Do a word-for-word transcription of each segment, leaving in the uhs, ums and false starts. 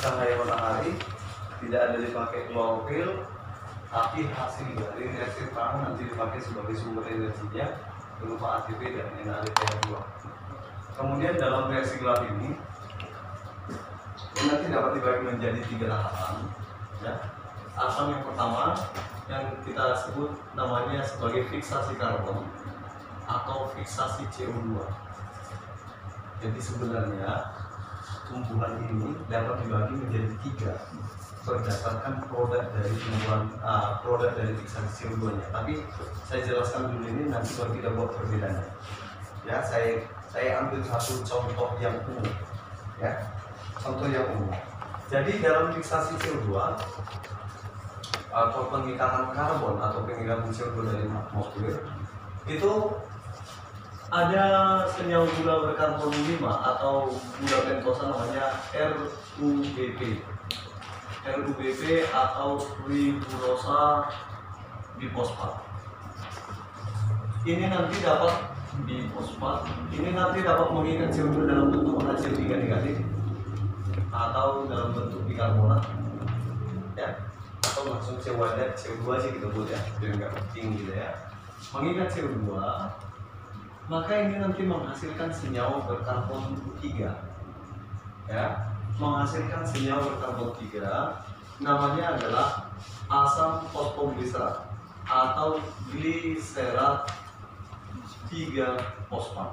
cahaya matahari, tidak ada dipakai klorofil, tapi hasil dari reaksi terang nanti dipakai sebagai sumber energinya berupa A T P dan N A D P H dua. Kemudian dalam reaksi gelap ini, ini nanti dapat dibagi menjadi tiga tahapan. Ya. Tahapan yang pertama yang kita sebut namanya sebagai fiksasi karbon atau fiksasi C O dua. Jadi sebenarnya tumbuhan ini dapat dibagi menjadi tiga berdasarkan produk dari tumbuhan uh, produk dari fiksasi C O dua nya. Tapi saya jelaskan dulu ini, nanti baru kita buat perbedaannya. Ya, saya saya ambil satu contoh yang umum. Ya, contoh yang umum. Jadi dalam fiksasi C O dua atau pengikatan karbon atau pengikatan C O dua dari atmosfer itu ada senyawa gula berkarbon lima atau gula pentosa namanya R U B P. R U B P atau ribulosa bifosfat. Ini nanti dapat bifosfat. Ini nanti dapat mengikat C O dua dalam bentuk H C O tiga negatif atau dalam bentuk bikarbonat. Ya. Atau langsung C O dua, C O dua aja kita buat ya, biar nggak penting gitu ya. Mengikat C O dua, maka ini nanti menghasilkan senyawa berkarbon tiga. Ya, menghasilkan senyawa berkarbon tiga, namanya adalah asam fosfogliserat atau gliserat tiga fosfat.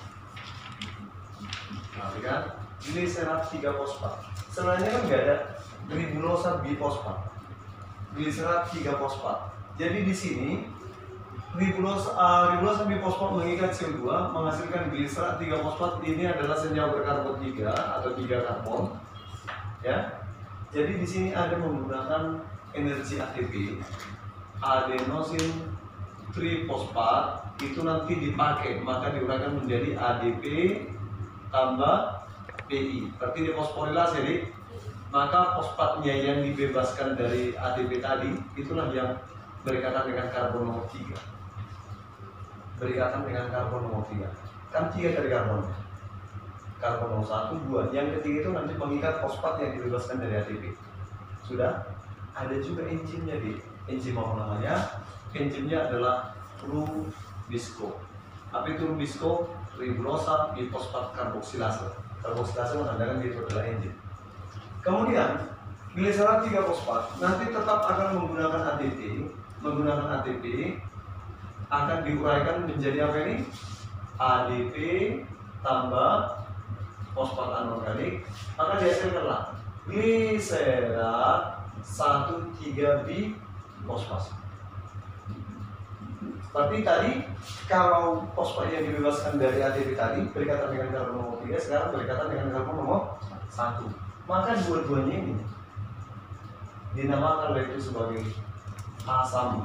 Nah, kan? Gliserat tiga fosfat. Sebenarnya kan nggak ada ribulosa bifosfat. Gliserat tiga fosfat. Jadi di sini ribulosa uh, ribulosa bifosfat mengikat C O dua menghasilkan gliserat tiga fosfat. Ini adalah senyawa berkarbon tiga atau tiga karbon. Ya. Jadi di sini ada menggunakan energi A T P, adenosin trifosfat, itu nanti dipakai maka diuraikan menjadi A D P tambah P I. Berarti difosforilase, jadi maka fosfatnya yang dibebaskan dari A D P tadi itulah yang berikatan dengan karbon nomor tiga. Berikatan dengan karbon nomor tiga. Kan tiga dari karbonnya. Karbon nomor satu, dua. Yang ketiga itu nanti mengikat fosfat yang dibebaskan dari A T P. Sudah? Ada juga enzimnya di enzim apa namanya? Enzimnya adalah rubisco. Apa itu rubisco? Ribulosa bifosfat karboksilase. Karboksilase menandakan itu adalah enzim. Kemudian gliserat tiga fosfat nanti tetap akan menggunakan A T P, menggunakan A T P akan diuraikan menjadi apa ini? A D P tambah fosfat anorganik, maka dihasilkanlah gliserat satu tiga bifosfat. Berarti tadi kalau fosfat yang dibebaskan dari A T P tadi berikatan dengan karbon nomor tiga, sekarang berikatan dengan karbon nomor satu. Maka dua-duanya ini dinamakan oleh itu sebagai asam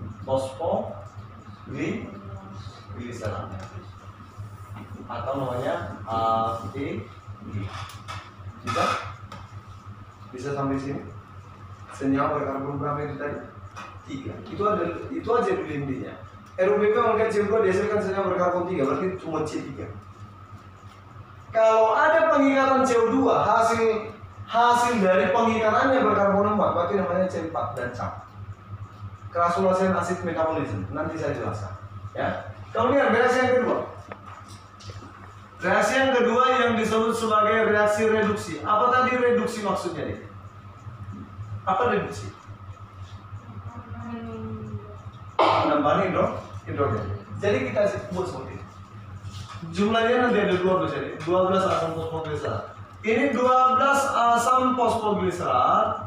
fosfogliserat atau namanya A T G. Bisa? Bisa sampai sini? Senyawa berkarbon berapa itu tadi? Tiga. Itu ada, itu aja dulu intinya. R U B P mengikat C O dua dihasilkan senyawa berkarbon tiga, berarti cuma C tiga. Kalau ada pengikatan C O dua hasil hasil dari pengikatannya berkarbon empat, berarti namanya C empat dan cap. Kerasulasien acid metabolism. Nanti saya jelaskan. Ya. Kemudian reaksi yang kedua. Reaksi yang kedua yang disebut sebagai reaksi reduksi. Apa tadi reduksi maksudnya nih? Apa reduksi? Menambah hidrogen. Jadi kita sebut seperti ini. Jumlahnya nanti ada dua belas jadi dua belas asam fosfogliserat. Ini dua belas asam fosfogliserat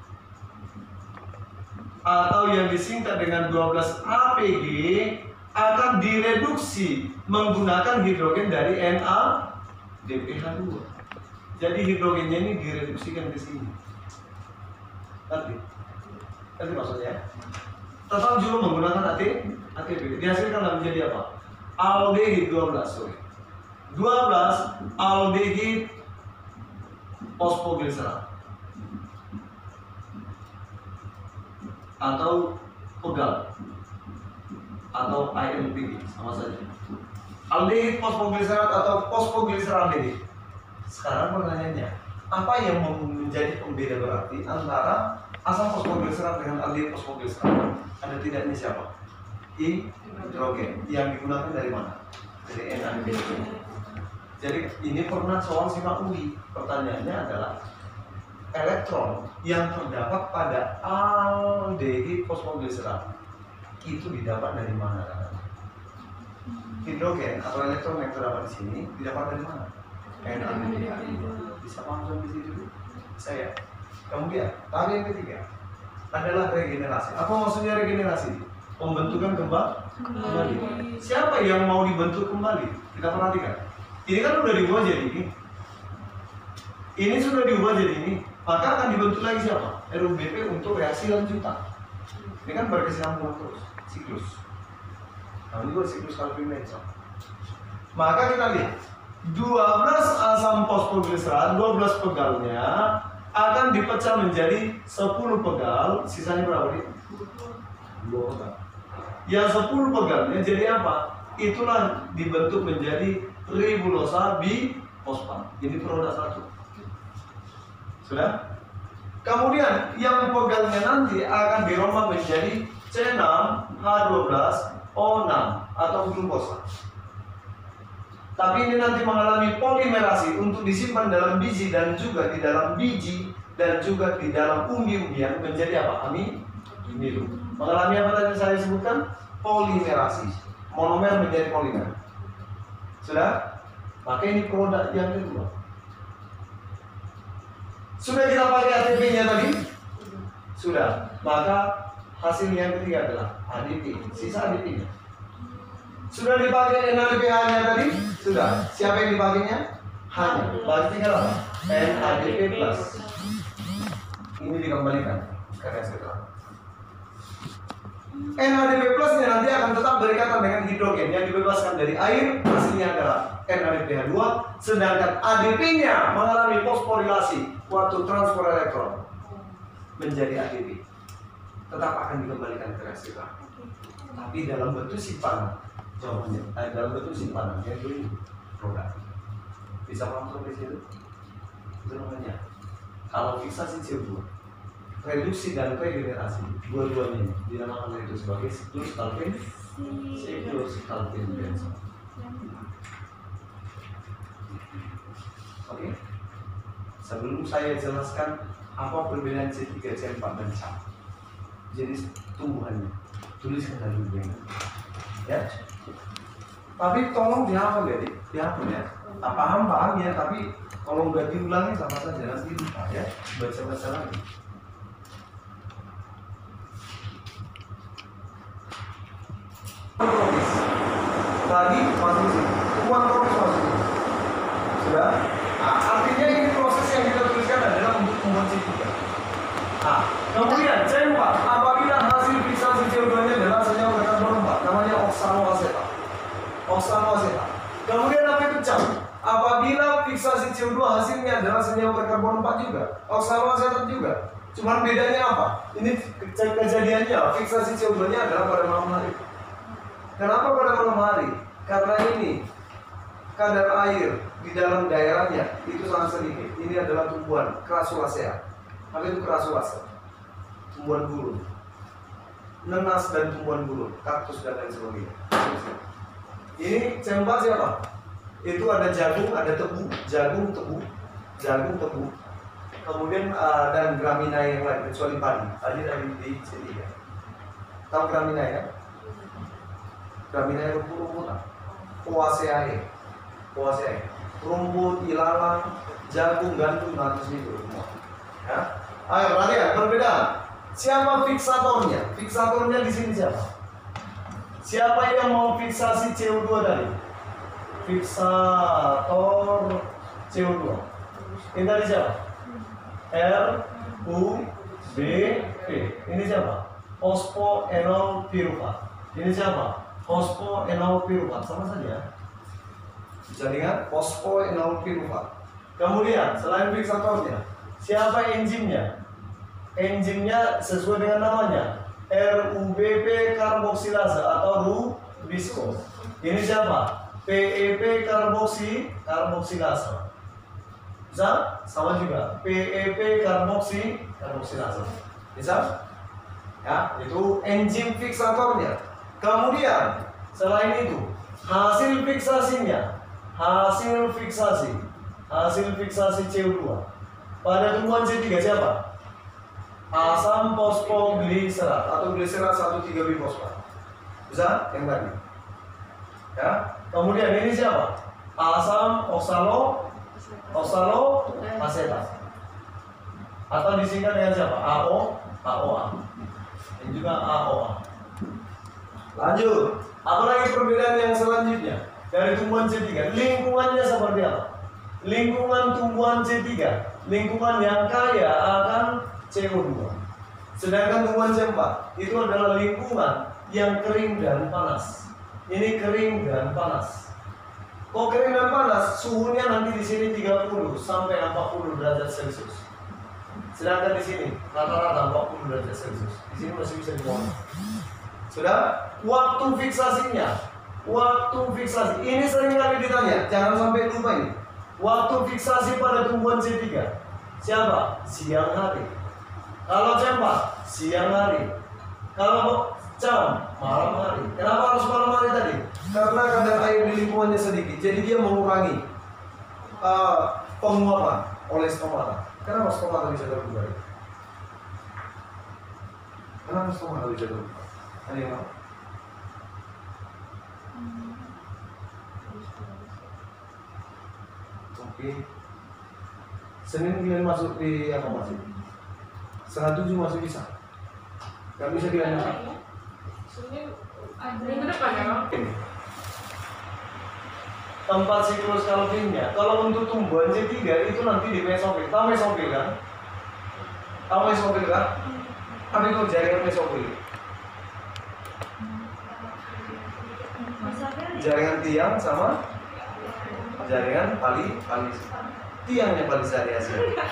atau yang disingkat dengan dua belas A P G akan direduksi menggunakan hidrogen dari N A D P H dua. Jadi hidrogennya ini direduksikan ke sini. Nanti, nanti maksudnya. Tetap juga menggunakan A T P. Dihasilkan menjadi apa? Aldehid dua belas, sorry. dua belas aldehid fosfogliserat atau pegal atau I N P G sama saja. Aldehid fosfogliserat atau fosfogliseraldehid. Sekarang pertanyaannya, Apa yang menjadi pembeda berarti antara asam fosfoglycerat dengan aldehyat fosfoglycerat? Ada tidaknya siapa? Hidrogen. Yang digunakan dari mana? Dari N A D P. Jadi ini pernah soal simak U I. Pertanyaannya adalah elektron yang terdapat pada aldehyat fosfoglycerat itu didapat dari mana? Hidrogen atau elektron yang terdapat di sini didapat dari mana? N A D P. Bisa paham sampai situ dulu? Saya. Kemudian, tahap yang ketiga adalah regenerasi. Apa maksudnya regenerasi? Pembentukan kembali. Siapa yang mau dibentuk kembali? Kita perhatikan. Ini kan sudah diubah jadi ini. Ini sudah diubah jadi ini. Maka akan dibentuk lagi siapa? R U B P untuk reaksi lanjutan. Ini kan berkesinambungan terus, siklus. Nah, ini juga siklus Calvin-Manson. Maka kita lihat dua belas asam fosfoglycerat, dua belas pegalnya akan dipecah menjadi sepuluh pegal. Sisanya berapa nih? dua pegal. Yang sepuluh pegalnya jadi apa? Itulah dibentuk menjadi ribulosa bifosfat. Jadi produk satu. Sudah? Kemudian yang pegalnya nanti akan dirombak menjadi C enam H dua belas O enam atau glukosa. Tapi ini nanti mengalami polimerasi untuk disimpan dalam biji dan juga di dalam biji dan juga di dalam umbi-umbian menjadi apa? Amino. Mengalami apa tadi saya sebutkan? Polimerasi. Monomer menjadi polimer. Sudah? Maka ini produk yang kedua. Sudah kita pakai A T P-nya tadi? Sudah. Maka hasil yang ketiga adalah A D P. Sisa A D P-nya. Sudah dipakai N A D P H-nya tadi? Sudah. Siapa yang dipakainya? H-nya. Berarti tinggal apa? N A D P plus. Ini dikembalikan ke resveratrol. N A D P plus-nya nanti akan tetap berikatan dengan hidrogen yang dibebaskan dari air. Hasilnya adalah N A D P H dua. Sedangkan A D P-nya mengalami fosforilasi waktu transfer elektron menjadi A D P. Tetap akan dikembalikan ke resveratrol. Tapi dalam bentuk simpanan. Jawabannya, eh, dalam bentuk simpanan yang ini produk. Bisa paham sampai situ? Itu namanya. Kalau fiksasi C O dua, reduksi dan regenerasi, dua-duanya ini dinamakan itu sebagai siklus Calvin, siklus Calvin-Benson. Oke. Sebelum saya jelaskan apa perbedaan C tiga, C empat dan C. Jadi tumbuhannya, tuliskan dulu ya. Tapi tolong dihafal ya, dihafal ya. Tak paham paham ya, tapi kalau nggak diulangi sama saja nanti lupa ya. Baca-baca lagi. Tropis. Tadi masuk sini. Tumbuhan tropis masuk sini. Sudah? Nah, artinya ini proses yang kita tuliskan adalah untuk membuat C tiga. Nah, kemudian C empat. Apabila hasil fiksasi C O dua-nya adalah senyawa berkarbon empat, namanya oksanoasetat. Oksanoasetat. Kemudian apa itu C? Apabila fiksasi C O dua hasilnya adalah senyawa berkarbon empat juga, oksanoasetat juga. Cuman bedanya apa? Ini kejadiannya fiksasi C O dua-nya adalah pada malam hari. Kenapa pada malam hari? Karena ini kadar air di dalam daerahnya itu sangat sedikit. Ini adalah tumbuhan Crassulaceae. Apa itu Crassulaceae? Tumbuhan gurun, nenas dan tumbuhan gurun, kaktus dan lain sebagainya. Ini C empat siapa? Itu ada jagung, ada tebu, jagung, tebu, jagung, tebu. Kemudian uh, dan gramina yang lain kecuali padi. Tadi dari di C tiga. Tahu gramina ya? Gramina yang rumput-rumputan. Poaceae, Poaceae. Rumput, ilalang, jagung, gandum, natus itu semua. Ya. Ayo perhatikan perbedaan. Siapa fiksatornya? Fiksatornya di sini siapa? Siapa yang mau fiksasi C O dua tadi? Fiksator C O dua. Ini tadi siapa? R U B P. Ini siapa? Fosfoenol pirufat. Ini siapa? Fosfoenol pirufat. Sama saja. Bisa lihat fosfoenol pirufat. Kemudian selain fiksatornya, siapa enzimnya? Enzimnya sesuai dengan namanya. R U B P karboksilase atau rubisco. Ini siapa? P E P karboksi karboksilase. Bisa? Sama juga. P E P karboksi karboksilase. Bisa? Ya, itu enzim fiksatornya. Kemudian selain itu hasil fiksasinya, hasil fiksasi, hasil fiksasi C O dua pada tumbuhan C tiga siapa? Asam fosfogliserat atau gliserat satu tiga bifosfat. Bisa? Yang tadi. Ya. Kemudian ini siapa? Asam oksalo oksalo asetat. Atau disingkat dengan siapa? A O A O A. Dan juga A O A. Lanjut. Apalagi perbedaan yang selanjutnya dari tumbuhan C tiga? Lingkungannya seperti apa? Lingkungan tumbuhan C tiga, lingkungan yang kaya akan C O dua. Sedangkan tumbuhan C empat itu adalah lingkungan yang kering dan panas. Ini kering dan panas. Kok kering dan panas? Suhunya nanti di sini tiga puluh sampai empat puluh derajat Celcius. Sedangkan di sini rata-rata empat puluh derajat Celcius. Di sini masih bisa dibuang. Sudah? Waktu fiksasinya. Waktu fiksasi. Ini sering kali ditanya, jangan sampai lupa ini. Waktu fiksasi pada tumbuhan C tiga. Siapa? Siang hari. Kalau C empat, siang hari. Kalau jam, malam hari. Kenapa harus malam hari tadi? Karena kadar air di lingkungannya sedikit, jadi dia mengurangi uh, penguapan oleh stomata. Kenapa stomata bisa terbuka? Kenapa stomata bisa terbuka? Ada yang tahu? Oke. Senin kalian masuk di apa masih? Setengah tujuh masih bisa. Gak bisa dilanjutkan. Senin minggu depan ya Bang? Tempat siklus Calvinnya. Kalau untuk tumbuhan C tiga itu nanti di mesofil. Tahu mesofil kan? Tahu mesofil kan? Apa itu jaringan mesofil? Jaringan tiang sama jaringan pali pali tiangnya palisariasi.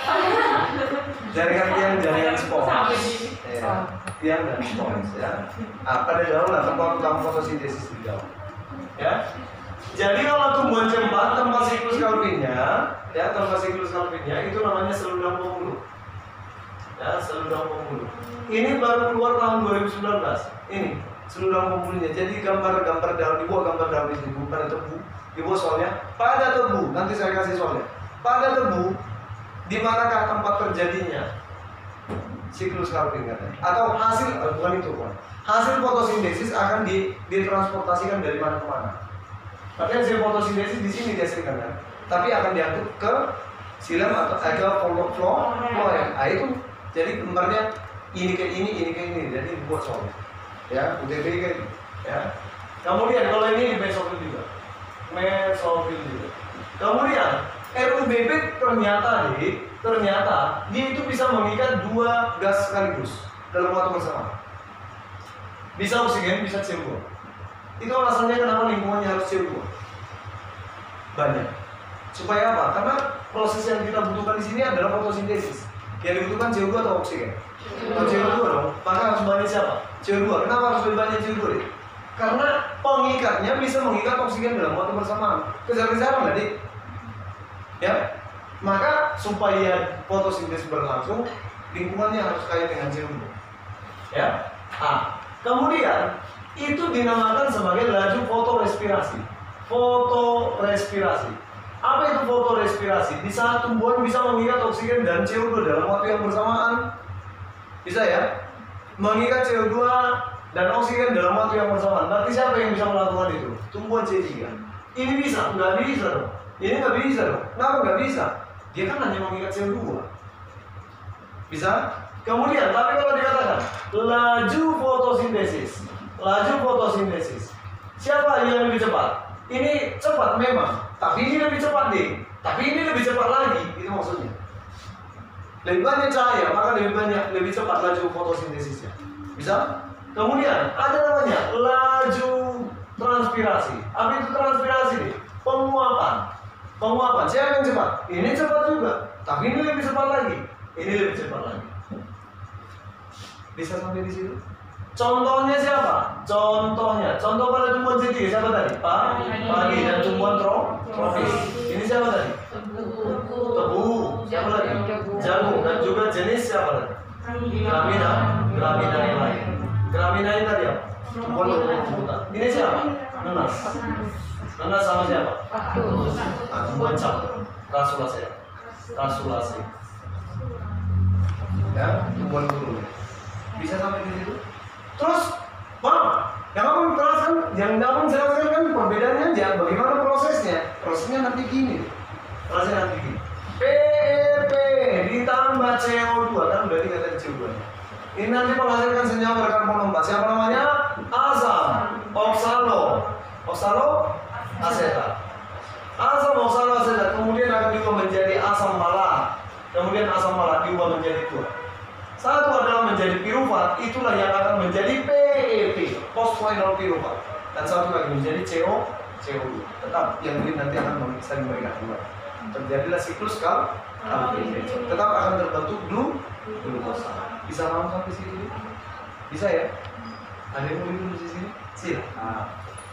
Jaringan tiang jaringan spons. Ya, tiang dan spons ya. Ah, pada daun lah tempat utama fotosintesis di daun. Ya. Jadi kalau tumbuhan C empat tempat siklus Calvinnya, ya tempat siklus Calvinnya itu namanya seludang pemuluh. Ya, seludang pemuluh. Ini baru keluar tahun dua ribu sembilan belas. Ini seludang pemuluhnya. Jadi gambar-gambar daun, dibuat gambar daun di sini pada tebu. Dibuat soalnya pada tebu. Nanti saya kasih soalnya. Pada tebu, di manakah tempat terjadinya siklus Calvin katanya? Atau hasil, eh, bukan itu kan? Hasil fotosintesis akan di, ditransportasikan dari mana ke mana? Tapi hasil fotosintesis di sini dihasilkan kan? Tapi akan diangkut ke silam atau eh, ke flow ya. Ah itu jadi gambarnya ini ke ini, ini ke ini. Jadi dibuat soalnya. Ya, U T B kayak gitu. Ya. Kemudian kalau ini di mesofil juga, mesofil juga. Kemudian R U B P ternyata nih, ternyata dia itu bisa mengikat dua gas sekaligus dalam waktu bersamaan. Bisa oksigen, bisa C O dua. Itu alasannya kenapa lingkungannya harus C O dua. Banyak. Supaya apa? Karena proses yang kita butuhkan di sini adalah fotosintesis. Yang dibutuhkan C O dua atau oksigen? Atau C O dua dong. Maka harus banyak siapa? C O dua. Kenapa harus lebih banyak C O dua? Deh? Karena pengikatnya bisa mengikat oksigen dalam waktu bersamaan. Kejar-kejaran nggak, Dik? Ya, maka supaya fotosintesis berlangsung, lingkungannya harus kaya dengan C O dua. Ya, ah, kemudian itu dinamakan sebagai laju fotorespirasi. Fotorespirasi. Apa itu fotorespirasi? Di saat tumbuhan bisa mengikat oksigen dan C O dua dalam waktu yang bersamaan, bisa ya? Mengikat C O dua dan oksigen dalam waktu yang bersamaan. Berarti siapa yang bisa melakukan itu? Tumbuhan C tiga. Ini bisa? Nggak bisa dong. Ini nggak bisa dong. Kenapa nggak bisa? Dia kan hanya mengikat C O dua. Bisa? Kemudian, tapi kalau dikatakan laju fotosintesis, laju fotosintesis, siapa yang lebih cepat? Ini cepat memang, tapi ini lebih cepat deh. Tapi ini lebih cepat lagi, itu maksudnya. Lebih banyak cahaya, maka lebih banyak, lebih cepat laju fotosintesisnya. Bisa? Kemudian ada namanya laju transpirasi. Apa itu transpirasi nih? Penguapan. Penguapan, siapa yang cepat? Ini cepat juga, tapi ini lebih cepat lagi. Ini lebih cepat lagi. Bisa sampai di situ? Contohnya siapa? Contohnya, contoh pada tumbuhan C tiga siapa tadi? Pak, padi dan tumbuhan tropis. Ini siapa tadi? Tebu. Tebu. jagung dan juga jenis siapa tadi? Gramina, gramina yang lain. Gramina ini tadi apa? Tumbuhan berumur-umur. Ini siapa? Nanas. Nanas sama siapa? Ah, tumbuhan campur. Rasulacea. Rasulacea. Ya, tumbuhan burung. Bisa sampai di situ? Terus, Bang, yang kamu jelaskan, yang kamu jelaskan kan perbedaannya aja. Bagaimana prosesnya? Prosesnya nanti gini. Prosesnya nanti gini. P E P ditambah C O dua kan berarti nggak ada C O dua. Ini nanti menghasilkan senyawa berkarbon empat. Siapa namanya? Asam oksalo, oksalo asetat. Asam oksalo asetat kemudian akan diubah menjadi asam malat. Kemudian asam malat diubah menjadi dua. Satu adalah menjadi piruvat, itulah yang akan menjadi P E P, phosphoenol piruvat. Dan satu lagi menjadi C O, C O dua. Tetap yang ini nanti akan memeriksa mereka dua. Terjadilah siklus kal alkilin. Tetap akan terbentuk glu glukosa. Bisa paham sampai sini? Bisa ya? Ada yang mau dulu di sini? Silakan.